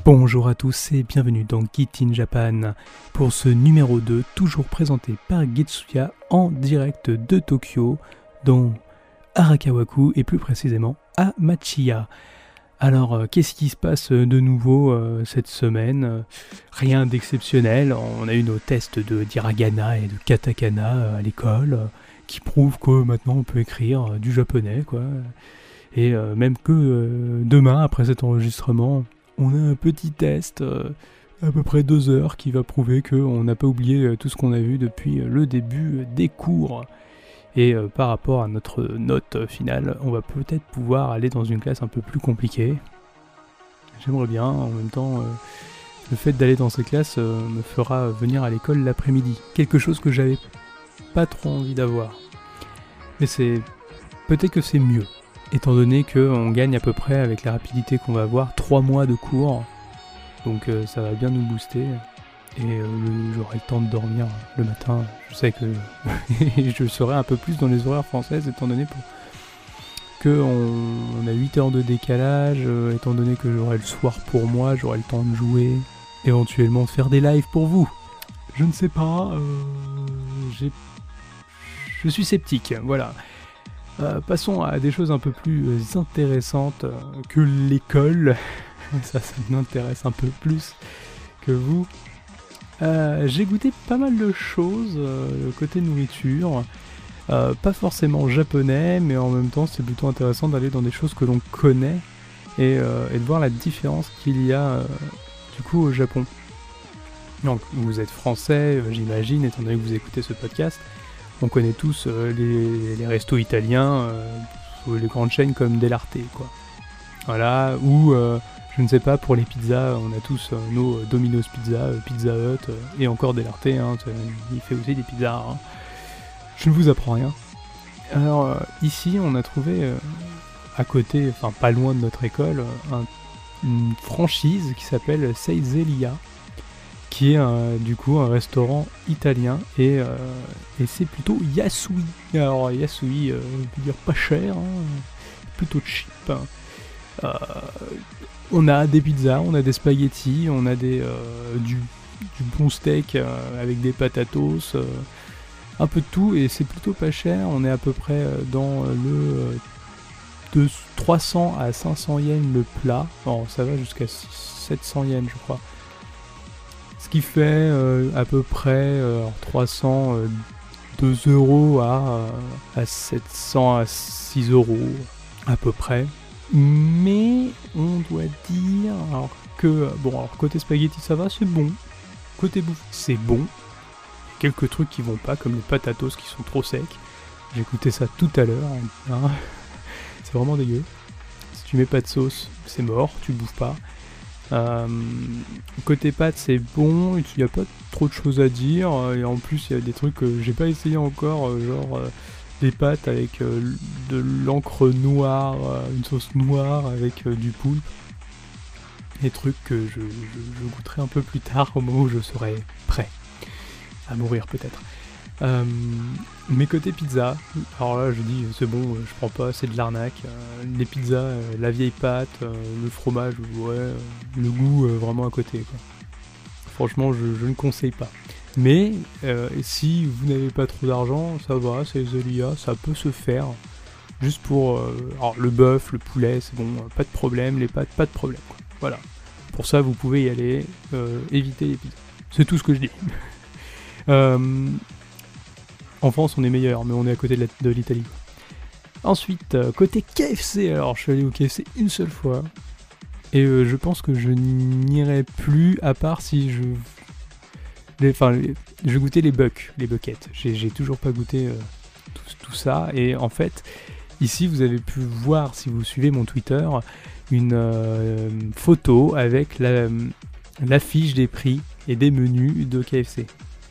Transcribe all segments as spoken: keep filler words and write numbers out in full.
Bonjour à tous et bienvenue dans Git in Japan pour ce numéro deux, toujours présenté par Getsuya en direct de Tokyo, dans Arakawaku et plus précisément à Machiya. Alors, euh, qu'est-ce qui se passe de nouveau euh, cette semaine? Rien d'exceptionnel, on a eu nos tests de d'hiragana et de katakana euh, à l'école, euh, qui prouvent que maintenant on peut écrire euh, du japonais, quoi. Et euh, même que euh, demain, après cet enregistrement, on a un petit test, euh, à peu près deux heures, qui va prouver qu'on n'a pas oublié euh, tout ce qu'on a vu depuis euh, le début euh, des cours. Et euh, par rapport à notre note euh, finale, on va peut-être pouvoir aller dans une classe un peu plus compliquée. J'aimerais bien, en même temps, euh, le fait d'aller dans ces classes euh, me fera venir à l'école l'après-midi. Quelque chose que j'avais pas trop envie d'avoir. Mais c'est... peut-être que c'est mieux. Étant donné qu'on gagne à peu près, avec la rapidité qu'on va avoir, trois mois de cours. Donc euh, ça va bien nous booster. Et euh, le, j'aurai le temps de dormir le matin. Je sais que je serai un peu plus dans les horaires françaises, étant donné pour... qu'on on a huit heures de décalage. Euh, étant donné que j'aurai le soir pour moi, j'aurai le temps de jouer. Éventuellement de faire des lives pour vous. Je ne sais pas. Euh, j'ai... Je suis sceptique, voilà. Euh, passons à des choses un peu plus euh, intéressantes euh, que l'école. ça, ça m'intéresse un peu plus que vous. Euh, j'ai goûté pas mal de choses, euh, côté nourriture. Euh, pas forcément japonais, mais en même temps, c'est plutôt intéressant d'aller dans des choses que l'on connaît et, euh, et de voir la différence qu'il y a euh, du coup au Japon. Donc, vous êtes français, euh, j'imagine, étant donné que vous écoutez ce podcast. On connaît tous euh, les, les restos italiens, euh, ou les grandes chaînes comme Del Arte, quoi. Voilà, ou, euh, je ne sais pas, pour les pizzas, on a tous euh, nos Domino's Pizza, euh, Pizza Hut, euh, et encore Del Arte, hein, il fait aussi des pizzas. Hein. Je ne vous apprends rien. Alors, euh, ici, on a trouvé, euh, à côté, enfin pas loin de notre école, un, une franchise qui s'appelle Seizelia, qui est euh, du coup un restaurant italien et, euh, et c'est plutôt Yasui. Alors Yasui, euh, veut dire pas cher, hein, plutôt cheap. Hein. Euh, on a des pizzas, on a des spaghettis, on a des, euh, du, du bon steak euh, avec des patatos, euh, un peu de tout et c'est plutôt pas cher. On est à peu près dans le euh, de trois cents à cinq cents yens le plat. Bon, ça va jusqu'à sept cents yens je crois. Ce qui fait euh, à peu près euh, trois cents deux euros à, à sept cents à six euros à peu près. Mais on doit dire alors que, bon, alors côté spaghetti ça va, c'est bon. Côté bouffe, c'est bon. Quelques trucs qui vont pas, comme les patatos qui sont trop secs. J'ai goûté ça tout à l'heure. Hein. C'est vraiment dégueu. Si tu mets pas de sauce, c'est mort, tu bouffes pas. Euh, côté pâtes c'est bon, il n'y a pas trop de choses à dire et en plus il y a des trucs que j'ai pas essayé encore, genre euh, des pâtes avec euh, de l'encre noire, euh, une sauce noire avec euh, du poulpe, des trucs que je, je, je goûterai un peu plus tard au moment où je serai prêt à mourir peut-être. Euh, mais côté pizza, alors là je dis c'est bon, je prends pas, c'est de l'arnaque. Euh, les pizzas, euh, la vieille pâte, euh, le fromage, ouais, euh, le goût euh, vraiment à côté, quoi. Franchement, je, je ne conseille pas. Mais euh, si vous n'avez pas trop d'argent, ça va, c'est Zelia, ça peut se faire. Juste pour euh, alors, le bœuf, le poulet, c'est bon, euh, pas de problème, les pâtes, pas de problème, quoi. Voilà. Pour ça, vous pouvez y aller, euh, éviter les pizzas. C'est tout ce que je dis. euh, En France, on est meilleur, mais on est à côté de, la, de l'Italie. Ensuite, euh, côté K F C, alors je suis allé au K F C une seule fois, et euh, je pense que je n'irai plus, à part si je... Les, enfin, les, je goûtais les bucks, les buckets. J'ai, j'ai toujours pas goûté euh, tout, tout ça, et en fait, ici, vous avez pu voir, si vous suivez mon Twitter, une euh, photo avec la, l'affiche des prix et des menus de K F C.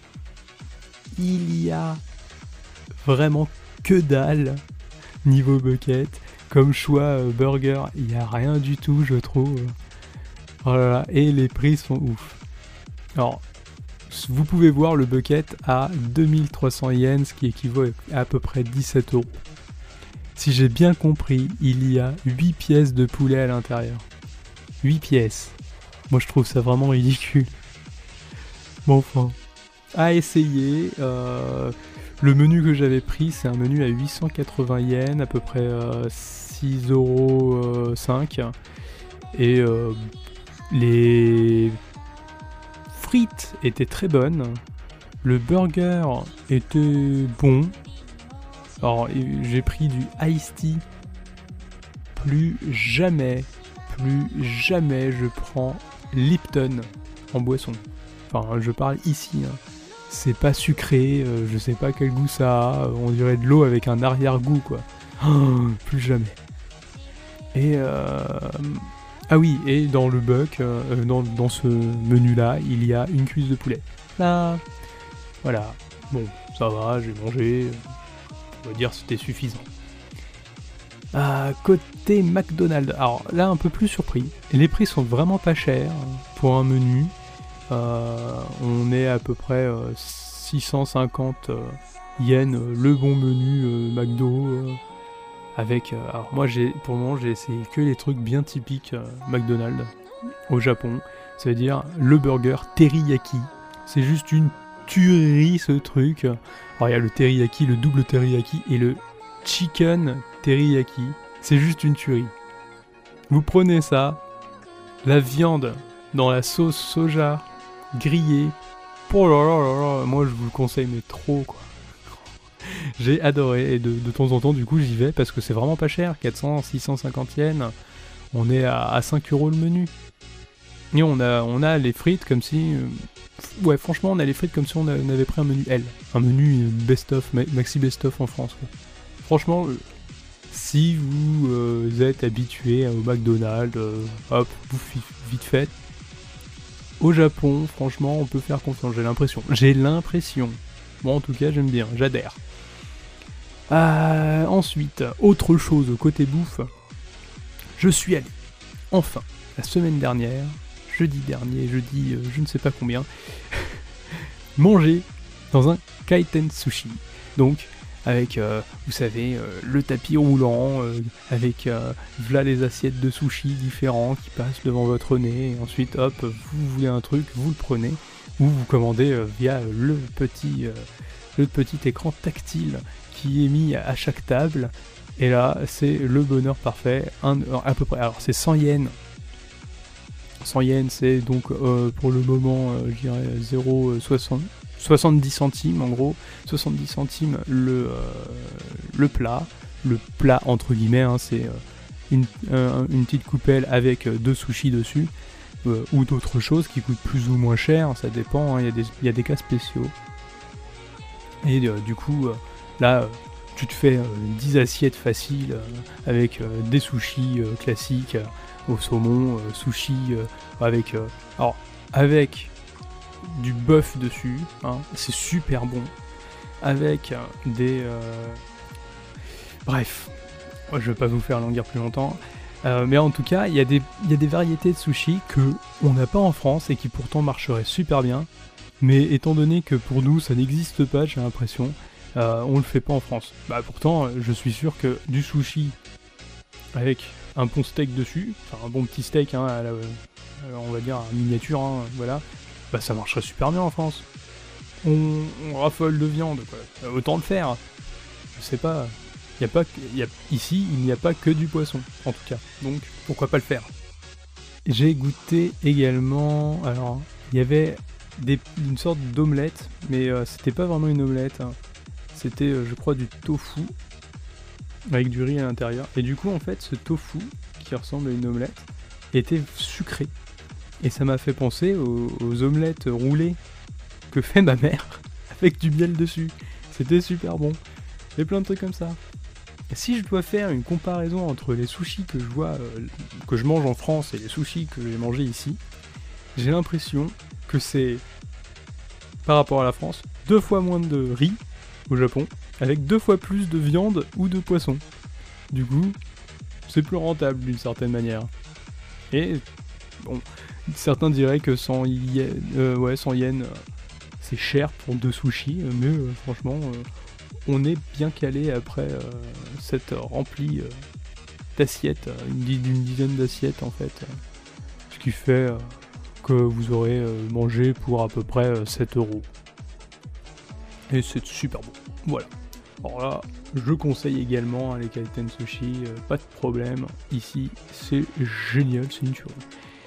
Il y a vraiment que dalle niveau bucket comme choix euh, burger, il n'y a rien du tout je trouve. Oh là là, et les prix sont ouf. Alors vous pouvez voir le bucket à deux mille trois cents yens, ce qui équivaut à à peu près dix-sept euros. Si j'ai bien compris, il y a huit pièces de poulet à l'intérieur. huit pièces. Moi je trouve ça vraiment ridicule. Bon enfin, à essayer. Euh, le menu que j'avais pris, c'est un menu à huit cent quatre-vingts yens, à peu près euh, six euros cinq. Et euh, les frites étaient très bonnes. Le burger était bon. Alors j'ai pris du iced tea. Plus jamais, plus jamais je prends Lipton en boisson. Enfin, je parle ici. Hein. C'est pas sucré, euh, je sais pas quel goût ça a. On dirait de l'eau avec un arrière-goût, quoi. Oh, plus jamais. Et euh... ah oui, et dans le buck, euh, dans, dans ce menu-là, il y a une cuisse de poulet. Là, voilà. Bon, ça va, j'ai mangé. On va dire que c'était suffisant. Euh, côté McDonald's, alors là un peu plus surpris. Les prix sont vraiment pas chers pour un menu. Euh, on est à peu près euh, six cent cinquante euh, yens, euh, le bon menu euh, McDo. Euh, avec, euh, alors moi j'ai, pour le moment j'ai essayé que les trucs bien typiques euh, McDonald's au Japon. Ça veut dire le burger teriyaki. C'est juste une tuerie ce truc. Alors il y a le teriyaki, le double teriyaki et le chicken teriyaki. C'est juste une tuerie. Vous prenez ça, la viande dans la sauce soja grillée. Oh là là là là, moi je vous le conseille mais trop quoi. J'ai adoré et de, de temps en temps du coup j'y vais parce que c'est vraiment pas cher, quatre cents, six cent cinquante yens. On est à, à cinq euros le menu. Et on a, on a les frites comme si... Euh, ouais franchement on a les frites comme si on, a, on avait pris un menu L. Un menu best-of, maxi best-of en France quoi. Franchement, euh, si vous euh, êtes habitué au McDonald's, euh, hop, bouffe vite fait. Au Japon, franchement, on peut faire confiance, j'ai l'impression. J'ai l'impression. Bon, en tout cas, j'aime bien, j'adhère. Euh, ensuite, autre chose côté bouffe. Je suis allé, enfin, la semaine dernière, jeudi dernier, jeudi euh, je ne sais pas combien, manger dans un kaiten sushi. Donc, avec, euh, vous savez, euh, le tapis roulant, euh, avec euh, voilà les assiettes de sushi différents qui passent devant votre nez, et ensuite, hop, vous voulez un truc, vous le prenez, ou vous commandez euh, via le petit, euh, le petit écran tactile qui est mis à chaque table, et là, c'est le bonheur parfait, un, à peu près, alors c'est cent yens, cent yens, c'est donc euh, pour le moment, euh, je dirais, zéro virgule soixante soixante-dix centimes en gros, soixante-dix centimes le, euh, le plat, le plat entre guillemets, hein, c'est euh, une, euh, une petite coupelle avec euh, deux sushis dessus, euh, ou d'autres choses qui coûtent plus ou moins cher, ça dépend, il hein, y, y a des cas spéciaux. Et euh, du coup, euh, là, euh, tu te fais euh, dix assiettes faciles euh, avec euh, des sushis euh, classiques euh, au saumon, euh, sushis euh, avec... Euh, alors, avec... du bœuf dessus, hein, c'est super bon, avec euh, des... Euh... Bref, moi, je vais pas vous faire languir plus longtemps, euh, mais en tout cas, il y, y a des variétés de sushis que on n'a pas en France et qui pourtant marcheraient super bien, mais étant donné que pour nous ça n'existe pas, j'ai l'impression, euh, on le fait pas en France. Bah pourtant, je suis sûr que du sushi avec un bon steak dessus, enfin un bon petit steak, hein, à la, on va dire en miniature, hein, voilà, bah ça marcherait super bien en France. On, on raffole de viande, quoi. Autant le faire. Je sais pas. Y a pas que, y a, ici, il n'y a pas que du poisson, en tout cas. Donc, pourquoi pas le faire. J'ai goûté également... Alors, il y avait des, une sorte d'omelette, mais euh, c'était pas vraiment une omelette. Hein. C'était, euh, je crois, du tofu, avec du riz à l'intérieur. Et du coup, en fait, ce tofu, qui ressemble à une omelette, était sucré. Et ça m'a fait penser aux, aux omelettes roulées que fait ma mère, avec du miel dessus. C'était super bon. Et plein de trucs comme ça. Et si je dois faire une comparaison entre les sushis que je vois, euh, que je mange en France et les sushis que j'ai mangés ici, j'ai l'impression que c'est, par rapport à la France, deux fois moins de riz au Japon, avec deux fois plus de viande ou de poisson. Du coup, c'est plus rentable d'une certaine manière. Et, bon, certains diraient que cent yens, euh, ouais, cent yens, euh, c'est cher pour deux sushis, mais euh, franchement... Euh, on est bien calé après euh, cette remplie euh, d'assiettes, une, une dizaine d'assiettes en fait, euh, ce qui fait euh, que vous aurez euh, mangé pour à peu près euh, sept euros. Et c'est super bon. Voilà. Alors là, je conseille également hein, les Kaiten Sushi, euh, pas de problème. Ici, c'est génial, c'est une tuerie.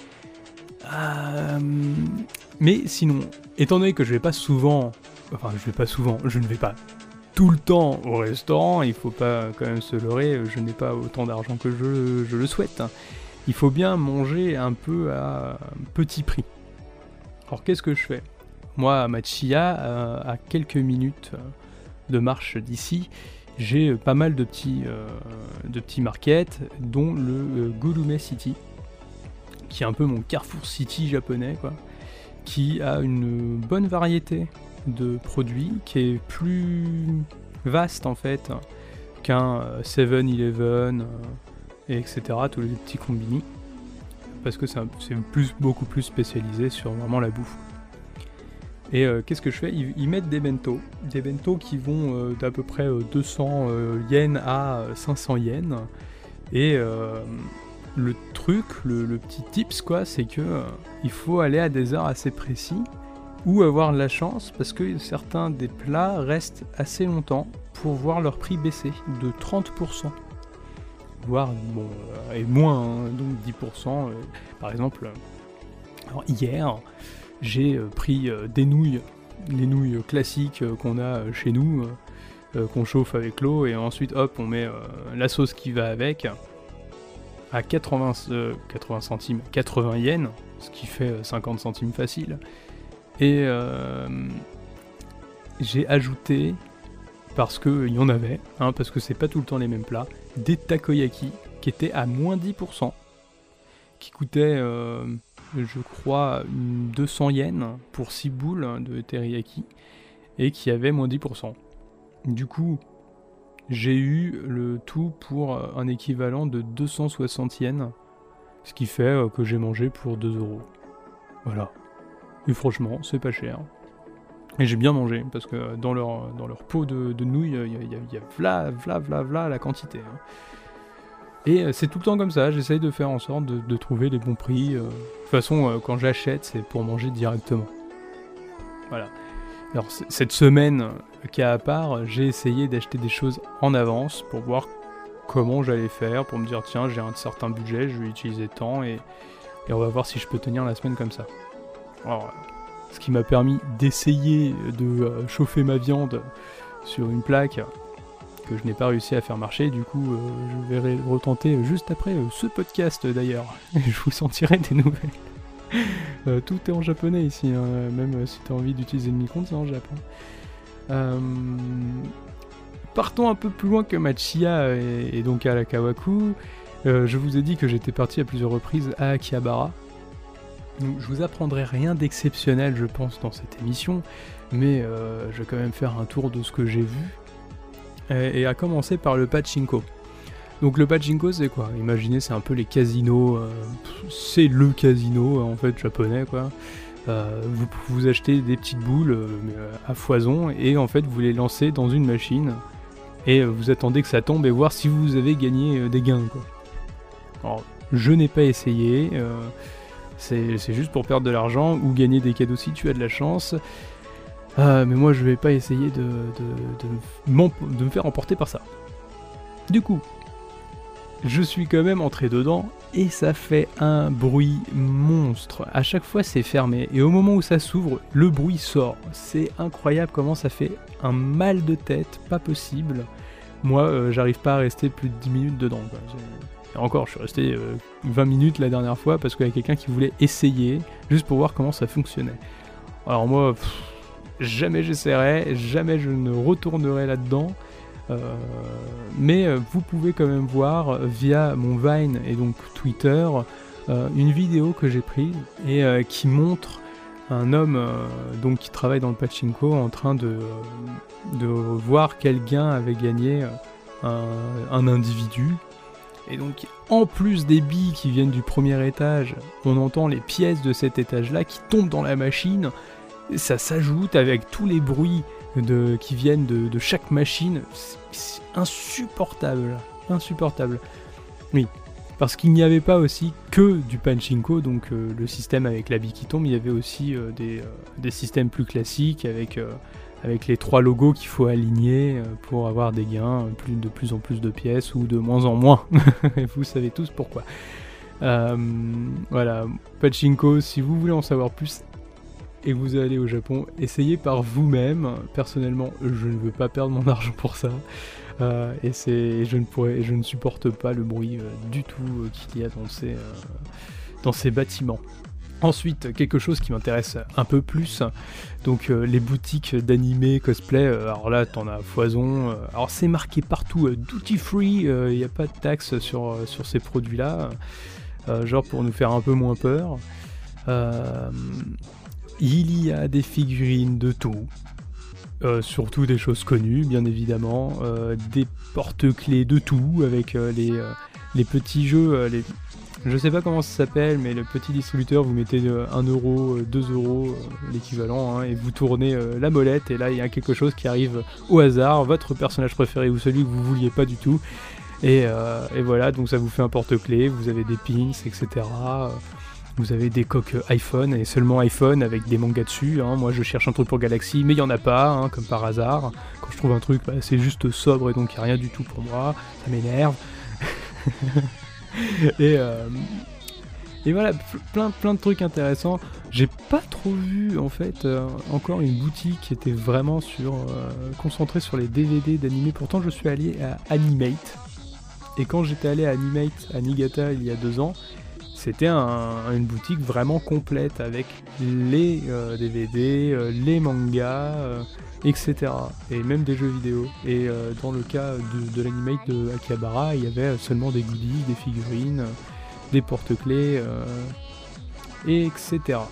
Euh, mais sinon, étant donné que je vais pas souvent, enfin je vais pas souvent, je ne vais pas tout le temps au restaurant, il faut pas quand même se leurrer, je n'ai pas autant d'argent que je, je le souhaite. Il faut bien manger un peu à petit prix. Alors qu'est-ce que je fais ? Moi, à Machiya, euh, à quelques minutes de marche d'ici, j'ai pas mal de petits, euh, de petits markets, dont le euh, Gorume City, qui est un peu mon Carrefour City japonais, quoi, qui a une bonne variété de produits, qui est plus vaste en fait qu'un seven eleven, euh, et etc., tous les petits combini, parce que c'est, un, c'est plus, beaucoup plus spécialisé sur vraiment la bouffe. Et euh, qu'est-ce que je fais ? ils, ils mettent des bento, des bento qui vont euh, d'à peu près euh, deux cents euh, yens à cinq cents yens, et euh, le truc, le, le petit tips quoi, c'est que euh, il faut aller à des heures assez précis, ou avoir de la chance, parce que certains des plats restent assez longtemps pour voir leur prix baisser de trente pour cent. Voire, bon, euh, et moins, hein, donc dix pour cent. Euh, par exemple, euh, alors hier, j'ai euh, pris euh, des nouilles, les nouilles classiques euh, qu'on a euh, chez nous, euh, qu'on chauffe avec l'eau, et ensuite, hop, on met euh, la sauce qui va avec, à quatre-vingts, euh, quatre-vingts centimes, quatre-vingts yens, ce qui fait euh, cinquante centimes facile. Et euh, j'ai ajouté, parce qu'il y en avait, hein, parce que c'est pas tout le temps les mêmes plats, des takoyaki qui étaient à moins dix pour cent, qui coûtaient, euh, je crois, deux cents yens pour six boules de teriyaki, et qui avaient moins dix pour cent. Du coup, j'ai eu le tout pour un équivalent de deux cent soixante yens, ce qui fait que j'ai mangé pour deux euros. Voilà. Et franchement, c'est pas cher. Et j'ai bien mangé, parce que dans leur, dans leur pot de, de nouilles, il y a, y a, y a vla, vla, vla, vla la quantité. Hein. Et c'est tout le temps comme ça, j'essaye de faire en sorte de, de trouver les bons prix. Euh. De toute façon, euh, quand j'achète, c'est pour manger directement. Voilà. Alors, c- cette semaine, cas à part, j'ai essayé d'acheter des choses en avance pour voir comment j'allais faire, pour me dire, tiens, j'ai un certain budget, je vais utiliser tant, et, et on va voir si je peux tenir la semaine comme ça. Alors, ce qui m'a permis d'essayer de euh, chauffer ma viande sur une plaque que je n'ai pas réussi à faire marcher. Du coup, euh, je vais ré- retenter juste après euh, ce podcast d'ailleurs. Et je vous sentirai des nouvelles. euh, tout est en japonais ici, hein. Même euh, si tu as envie d'utiliser le micro, c'est en Japon. Euh... Partons un peu plus loin que Machiya et, et donc à la Kawaku. Euh, je vous ai dit que j'étais parti à plusieurs reprises à Akihabara. Donc, je vous apprendrai rien d'exceptionnel, je pense, dans cette émission, mais euh, je vais quand même faire un tour de ce que j'ai vu, et, et à commencer par le pachinko. Donc le pachinko, c'est quoi ? Imaginez, c'est un peu les casinos, euh, c'est le casino en fait japonais, quoi. Euh, vous vous achetez des petites boules euh, à foison, et en fait vous les lancez dans une machine, et euh, vous attendez que ça tombe et voir si vous avez gagné euh, des gains, quoi. Alors, je n'ai pas essayé. Euh, C'est, c'est juste pour perdre de l'argent ou gagner des cadeaux si tu as de la chance. Euh, mais moi, je vais pas essayer de, de, de, de me faire emporter par ça. Du coup, je suis quand même entré dedans et ça fait un bruit monstre. À chaque fois, c'est fermé et au moment où ça s'ouvre, le bruit sort. C'est incroyable comment ça fait un mal de tête, pas possible. Moi, euh, j'arrive pas à rester plus de dix minutes dedans, quoi. Et encore, je suis resté euh, vingt minutes la dernière fois parce qu'il y a quelqu'un qui voulait essayer, juste pour voir comment ça fonctionnait. Alors moi, pff, jamais j'essaierai, jamais je ne retournerai là-dedans. Euh, mais euh, vous pouvez quand même voir via mon Vine et donc Twitter euh, une vidéo que j'ai prise et euh, qui montre un homme euh, donc qui travaille dans le pachinko en train de, de voir quel gain avait gagné un, un individu. Et donc, en plus des billes qui viennent du premier étage, on entend les pièces de cet étage-là qui tombent dans la machine. Ça s'ajoute avec tous les bruits de, qui viennent de, de chaque machine. C'est, c'est insupportable. Insupportable. Oui. Parce qu'il n'y avait pas aussi que du pachinko, donc euh, le système avec la bille qui tombe, il y avait aussi euh, des, euh, des systèmes plus classiques avec, euh, avec les trois logos qu'il faut aligner euh, pour avoir des gains, plus, de plus en plus de pièces ou de moins en moins. Vous savez tous pourquoi. Euh, voilà, pachinko, si vous voulez en savoir plus et que vous allez au Japon, essayez par vous-même. Personnellement, je ne veux pas perdre mon argent pour ça. Euh, et c'est, je ne pourrais, je ne supporte pas le bruit euh, du tout euh, qu'il y a dans ces, euh, dans ces bâtiments. Ensuite, quelque chose qui m'intéresse un peu plus, donc euh, les boutiques d'animé, cosplay, euh, alors là t'en as foison, euh, alors c'est marqué partout euh, duty free, il euh, n'y a pas de taxe sur, euh, sur ces produits-là, euh, genre pour nous faire un peu moins peur. Euh, il y a des figurines de tout. Euh, surtout des choses connues, bien évidemment, euh, des porte-clés de tout, avec euh, les, euh, les petits jeux, euh, les... je sais pas comment ça s'appelle, mais le petit distributeur, vous mettez euh, un euro, deux euros, euh, l'équivalent, hein, et vous tournez euh, la molette, et là il y a quelque chose qui arrive au hasard, votre personnage préféré ou celui que vous vouliez pas du tout, et, euh, et voilà, donc ça vous fait un porte-clés, vous avez des pins, et cetera. Vous avez des coques iPhone, et seulement iPhone avec des mangas dessus, hein. Moi je cherche un truc pour Galaxy, mais il n'y en a pas, hein, comme par hasard. Quand je trouve un truc, bah, c'est juste sobre, et donc il n'y a rien du tout pour moi, ça m'énerve. et, euh, et voilà, plein, plein de trucs intéressants. J'ai pas trop vu, en fait, euh, encore une boutique qui était vraiment sur, euh, concentrée sur les D V D d'animé. Pourtant je suis allé à Animate, et quand j'étais allé à Animate à Niigata il y a deux ans, c'était un, une boutique vraiment complète avec les euh, D V D, euh, les mangas, euh, et cetera. Et même des jeux vidéo. Et euh, dans le cas de, de l'animate de Akihabara, il y avait seulement des goodies, des figurines, euh, des porte-clés, euh, et cetera.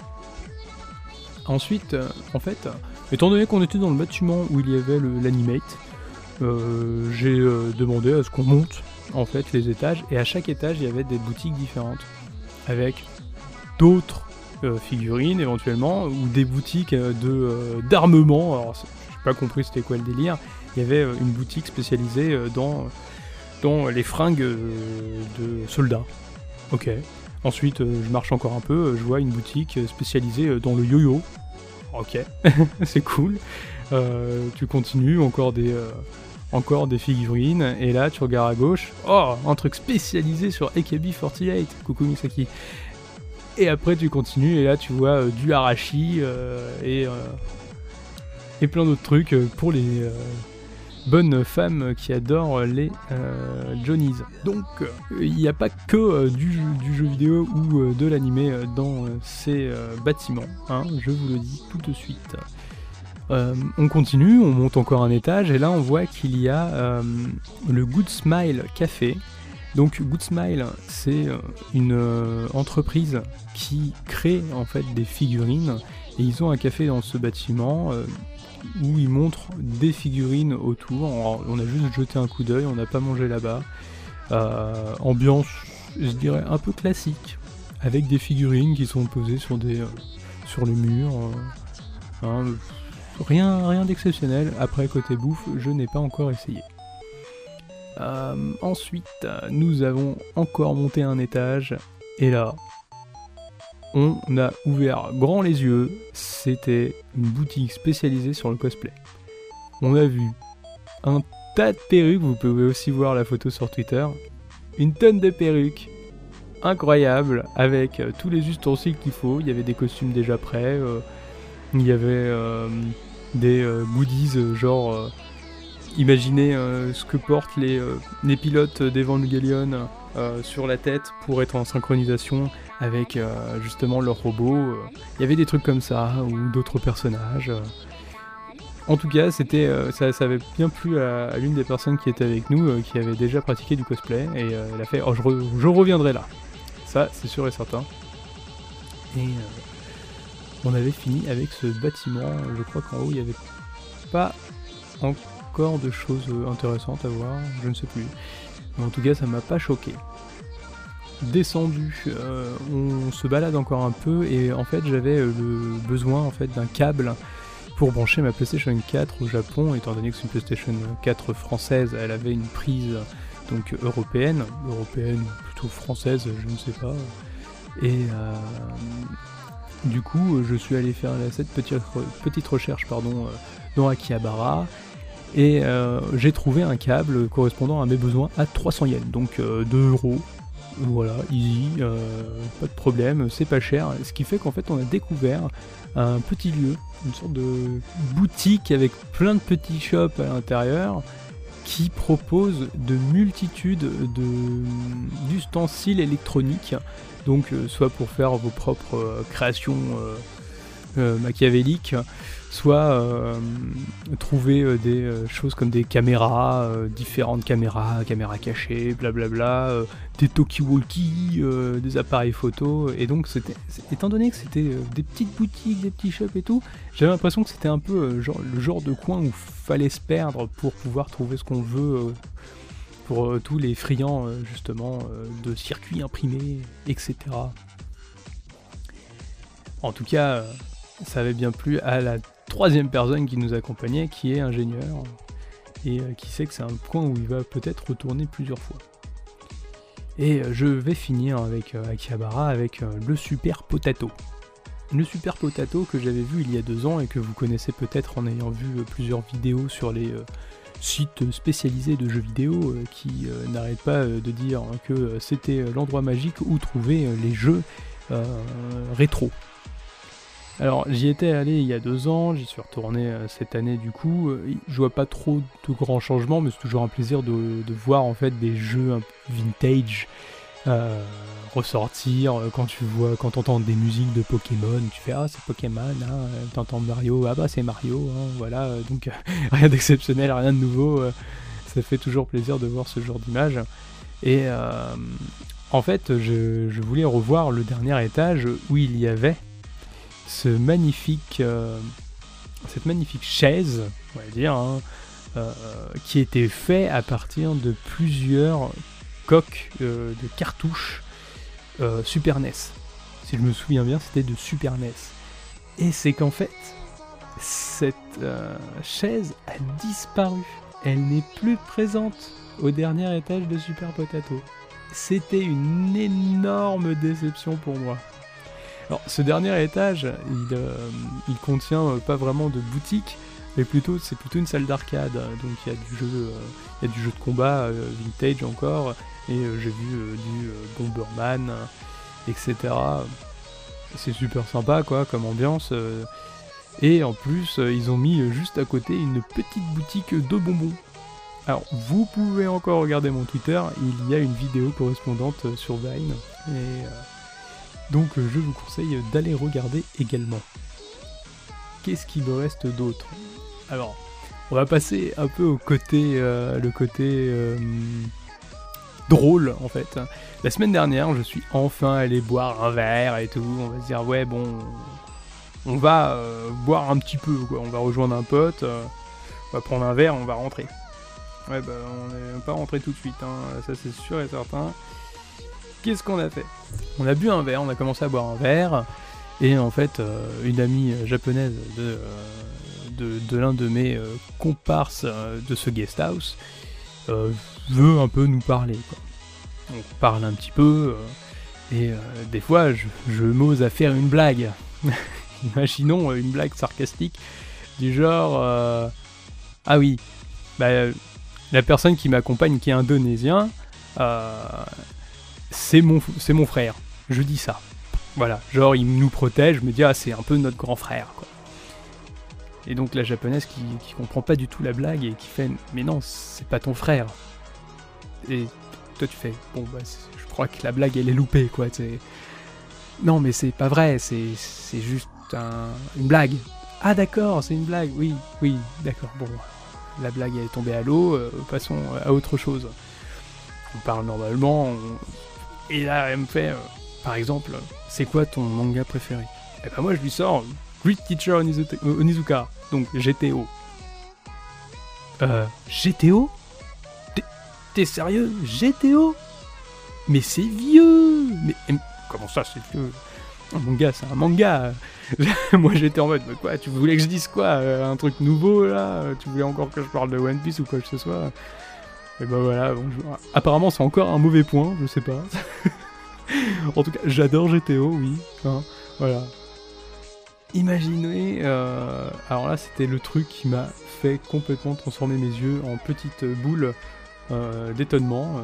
Ensuite, euh, en fait, étant donné qu'on était dans le bâtiment où il y avait le, l'animate, euh, j'ai euh, demandé à ce qu'on monte en fait les étages, et à chaque étage il y avait des boutiques différentes avec d'autres euh, figurines éventuellement, ou des boutiques euh, de, euh, d'armement. Alors j'ai pas compris c'était quoi le délire. Il y avait euh, une boutique spécialisée euh, dans, dans les fringues euh, de soldats. Ok. Ensuite euh, je marche encore un peu, euh, je vois une boutique spécialisée euh, dans le yo-yo. Ok. C'est cool. Euh, tu continues, encore des... Euh, Encore des figurines, et là tu regardes à gauche, oh, un truc spécialisé sur A K B quarante-huit, coucou Misaki. Et après tu continues, et là tu vois euh, du Arashi, euh, et, euh, et plein d'autres trucs pour les euh, bonnes femmes qui adorent les euh, Johnnies. Donc il n'y a pas que euh, du, du jeu vidéo ou euh, de l'animé euh, dans euh, ces euh, bâtiments, hein, je vous le dis tout de suite. Euh, on continue, on monte encore un étage, et là on voit qu'il y a euh, le Good Smile Café. Donc Good Smile, c'est euh, une euh, entreprise qui crée en fait des figurines, et ils ont un café dans ce bâtiment euh, où ils montrent des figurines autour. Alors, on a juste jeté un coup d'œil, on n'a pas mangé là-bas. Euh, ambiance, je dirais, un peu classique, avec des figurines qui sont posées sur, des, euh, sur le mur. Euh, hein, Rien, rien d'exceptionnel. Après, côté bouffe, je n'ai pas encore essayé. Euh, ensuite, nous avons encore monté un étage. Et là, on a ouvert grand les yeux. C'était une boutique spécialisée sur le cosplay. On a vu un tas de perruques. Vous pouvez aussi voir la photo sur Twitter. Une tonne de perruques. Incroyable. Avec euh, tous les ustensiles qu'il faut. Il y avait des costumes déjà prêts. Euh, il y avait... Euh, des euh, goodies euh, genre euh, imaginez euh, ce que portent les, euh, les pilotes d'Evangelion euh, sur la tête pour être en synchronisation avec euh, justement leur robot. Euh. Il y avait des trucs comme ça, ou d'autres personnages. Euh. En tout cas, c'était, euh, ça, ça avait bien plu à, à l'une des personnes qui était avec nous, euh, qui avait déjà pratiqué du cosplay, et euh, elle a fait « Oh, je, re- je reviendrai là ». Ça, c'est sûr et certain. Et... Euh, on avait fini avec ce bâtiment. Je crois qu'en haut il n'y avait pas encore de choses intéressantes à voir, je ne sais plus. Mais en tout cas ça m'a pas choqué. Descendu, euh, on se balade encore un peu, et en fait j'avais le besoin en fait d'un câble pour brancher ma PlayStation quatre au Japon, étant donné que c'est une PlayStation quatre française, elle avait une prise donc européenne, européenne, ou française, je ne sais pas. Et euh, du coup, je suis allé faire cette petite, petite recherche pardon, dans Akihabara, et euh, j'ai trouvé un câble correspondant à mes besoins à trois cents yens, donc euh, deux euros. Voilà, easy, euh, pas de problème, c'est pas cher. Ce qui fait qu'en fait, on a découvert un petit lieu, une sorte de boutique avec plein de petits shops à l'intérieur, qui propose de multitudes de, d'ustensiles électroniques, donc euh, soit pour faire vos propres euh, créations euh, euh, machiavéliques, soit euh, trouver euh, des euh, choses comme des caméras, euh, différentes caméras, caméras cachées, blablabla, euh, des talkie-walkie, euh, des appareils photo, et donc c'était, étant donné que c'était euh, des petites boutiques, des petits shops et tout, j'avais l'impression que c'était un peu euh, genre, le genre de coin où fallait se perdre pour pouvoir trouver ce qu'on veut, euh, pour euh, tous les friands euh, justement euh, de circuits imprimés, et cetera. En tout cas, euh, ça avait bien plu à la troisième personne qui nous accompagnait, qui est ingénieur, et euh, qui sait que c'est un coin où il va peut-être retourner plusieurs fois. Et euh, je vais finir avec euh, Akihabara avec euh, le Super Potato. Le Super Potato que j'avais vu il y a deux ans et que vous connaissez peut-être en ayant vu euh, plusieurs vidéos sur les euh, sites spécialisés de jeux vidéo euh, qui euh, n'arrêtent pas euh, de dire hein, que euh, c'était euh, l'endroit magique où trouver euh, les jeux euh, rétro. Alors j'y étais allé il y a deux ans, j'y suis retourné euh, cette année du coup, euh, je vois pas trop de grands changements, mais c'est toujours un plaisir de, de voir en fait des jeux un peu vintage euh, ressortir, euh, quand tu vois, quand t'entends des musiques de Pokémon, tu fais ah c'est Pokémon, hein, t'entends Mario, ah bah c'est Mario, hein, voilà, euh, donc euh, rien d'exceptionnel, rien de nouveau, euh, ça fait toujours plaisir de voir ce genre d'image. Et euh, en fait je, je voulais revoir le dernier étage où il y avait ce magnifique, euh, cette magnifique chaise, on va dire, hein, euh, qui était fait à partir de plusieurs coques euh, de cartouches euh, Super N E S. Si je me souviens bien, c'était de Super N E S. Et c'est qu'en fait, cette euh, chaise a disparu. Elle n'est plus présente au dernier étage de Super Potato. C'était une énorme déception pour moi. Alors, ce dernier étage, il, euh, il contient euh, pas vraiment de boutique, mais plutôt c'est plutôt une salle d'arcade. Donc il y a du jeu, euh, il y a du jeu de combat euh, vintage encore, et euh, j'ai vu euh, du euh, Bomberman, euh, et cetera. C'est super sympa quoi, comme ambiance. Euh, et en plus, euh, ils ont mis euh, juste à côté une petite boutique de bonbons. Alors, vous pouvez encore regarder mon Twitter, il y a une vidéo correspondante euh, sur Vine, et euh, donc je vous conseille d'aller regarder également. Qu'est-ce qu'il me reste d'autre? Alors, on va passer un peu au côté, euh, le côté euh, drôle en fait. La semaine dernière, je suis enfin allé boire un verre et tout. On va se dire ouais bon, on va euh, boire un petit peu quoi. On va rejoindre un pote, euh, on va prendre un verre, on va rentrer. Ouais bah on n'est pas rentré tout de suite, hein, ça c'est sûr et certain. Qu'est-ce qu'on a fait? On a bu un verre, on a commencé à boire un verre, et en fait, euh, une amie japonaise de, euh, de, de l'un de mes euh, comparses euh, de ce guest house euh, veut un peu nous parler, quoi. On parle un petit peu, euh, et euh, des fois, je, je m'ose à faire une blague. Imaginons une blague sarcastique, du genre euh, ah oui, bah, la personne qui m'accompagne, qui est indonésien, euh, c'est mon, c'est mon frère, je dis ça. Voilà, genre il nous protège, je me dis ah c'est un peu notre grand frère quoi. Et donc la japonaise qui, qui comprend pas du tout la blague et qui fait mais non c'est pas ton frère. Et toi tu fais bon bah je crois que la blague elle est loupée quoi. T'sais. Non mais c'est pas vrai, c'est, c'est juste un, une blague. Ah d'accord c'est une blague, oui, oui d'accord, bon la blague elle est tombée à l'eau, euh, passons à autre chose. On parle normalement, on... et là elle me fait, euh, par exemple, c'est quoi ton manga préféré? Et ben moi je lui sors Great Teacher Onizuka, Onizuka donc G T O. Euh, G T O? T'es, t'es sérieux? G T O? Mais c'est vieux! Mais comment ça c'est vieux? Un manga, c'est un manga. Moi j'étais en mode, mais quoi, tu voulais que je dise quoi? Un truc nouveau là? Tu voulais encore que je parle de One Piece ou quoi que ce soit? Et bah voilà, bon, je... apparemment c'est encore un mauvais point, je sais pas. En tout cas, j'adore G T O, oui. Hein, voilà. Imaginez, euh... alors là c'était le truc qui m'a fait complètement transformer mes yeux en petite boule euh, d'étonnement.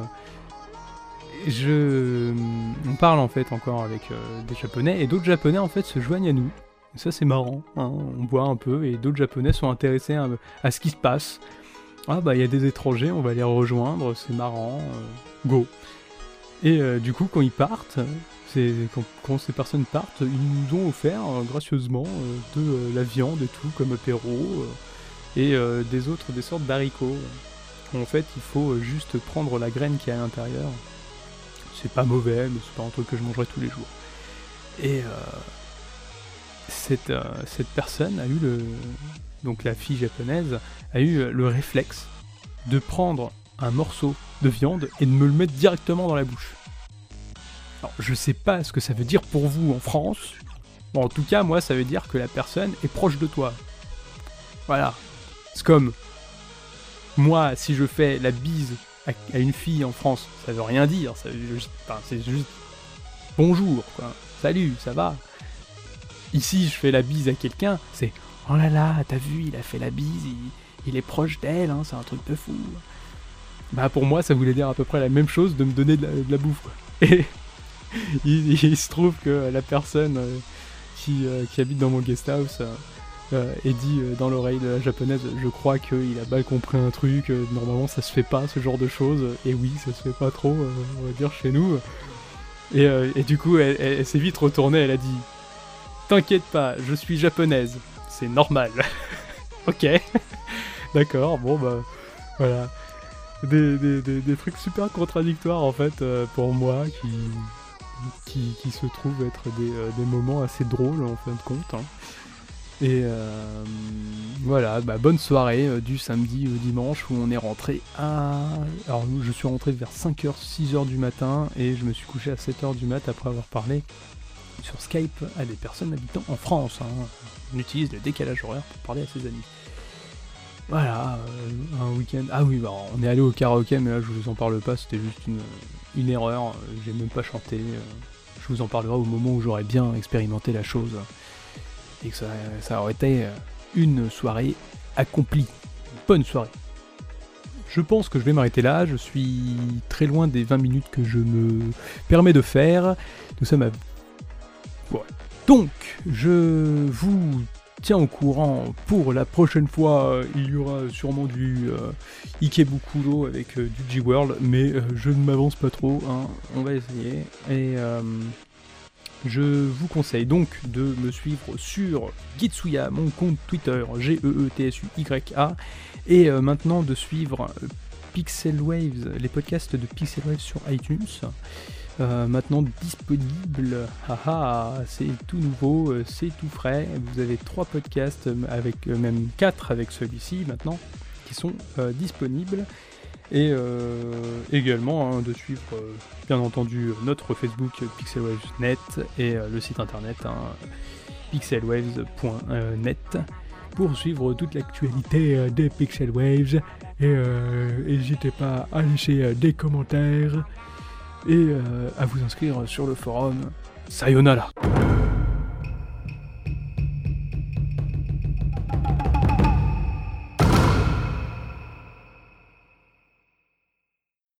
Je... On parle en fait encore avec euh, des japonais, et d'autres japonais en fait se joignent à nous. Et ça c'est marrant, hein, on voit un peu, et d'autres japonais sont intéressés à, à ce qui se passe. Ah bah il y a des étrangers, on va les rejoindre, c'est marrant, euh, go. Et euh, du coup quand ils partent, c'est, quand, quand ces personnes partent, ils nous ont offert euh, gracieusement euh, de euh, la viande et tout comme apéro, euh, et euh, des autres, des sortes d'haricots. En fait il faut euh, juste prendre la graine qui est à l'intérieur. C'est pas mauvais, mais c'est pas un truc que je mangerai tous les jours. Et euh, cette, euh, cette personne a eu le... Donc la fille japonaise a eu le réflexe de prendre un morceau de viande et de me le mettre directement dans la bouche. Alors je sais pas ce que ça veut dire pour vous en France. Bon, en tout cas, moi ça veut dire que la personne est proche de toi. Voilà. C'est comme... Moi, si je fais la bise à une fille en France, ça veut rien dire, ça veut juste, enfin, c'est juste bonjour, quoi. Salut, ça va. Ici, je fais la bise à quelqu'un, c'est oh là là, t'as vu, il a fait la bise, il, il est proche d'elle, hein, c'est un truc de fou. Bah pour moi, ça voulait dire à peu près la même chose de me donner de la, de la bouffe, quoi. Et il, il se trouve que la personne euh, qui, euh, qui habite dans mon guest house euh, Euh, et dit euh, dans l'oreille de la japonaise, je crois qu'il a mal compris un truc, euh, normalement ça se fait pas ce genre de choses, et oui ça se fait pas trop, euh, on va dire chez nous, et, euh, et du coup elle, elle, elle s'est vite retournée, elle a dit t'inquiète pas, je suis japonaise, c'est normal. Ok, d'accord, bon bah voilà, des, des, des, des trucs super contradictoires en fait euh, pour moi qui, qui, qui se trouvent être des, euh, des moments assez drôles en fin de compte, hein. Et euh, voilà, bah, bonne soirée euh, du samedi au dimanche où on est rentré à... Alors je suis rentré vers cinq heures, six heures du matin et je me suis couché à sept heures du mat après avoir parlé sur Skype à des personnes habitant en France. Hein. On utilise le décalage horaire pour parler à ses amis. Voilà, euh, un week-end... Ah oui, bah, on est allé au karaoké, mais là je vous en parle pas, c'était juste une, une erreur, j'ai même pas chanté. Euh, je vous en parlerai au moment où j'aurai bien expérimenté la chose. Et que ça, ça aurait été une soirée accomplie. Une bonne soirée. Je pense que je vais m'arrêter là, je suis très loin des vingt minutes que je me permets de faire. Nous sommes à... Ouais. Donc, je vous tiens au courant pour la prochaine fois. Il y aura sûrement du euh, Ikebukuro avec euh, du G-World, mais euh, je ne m'avance pas trop, hein. On va essayer. Et... Euh, je vous conseille donc de me suivre sur Gitsuya, mon compte Twitter, G E E T S U Y A, et euh, maintenant de suivre Pixel Waves, les podcasts de Pixel Waves sur iTunes, euh, maintenant disponible, haha, c'est tout nouveau, c'est tout frais, vous avez trois podcasts, avec euh, même quatre avec celui-ci maintenant, qui sont euh, disponibles. Et euh, également hein, de suivre euh, bien entendu notre Facebook pixelwaves point net et euh, le site internet hein, pixelwaves point net pour suivre toute l'actualité euh, des Pixelwaves et euh, n'hésitez pas à laisser euh, des commentaires et euh, à vous inscrire sur le forum. Sayonara.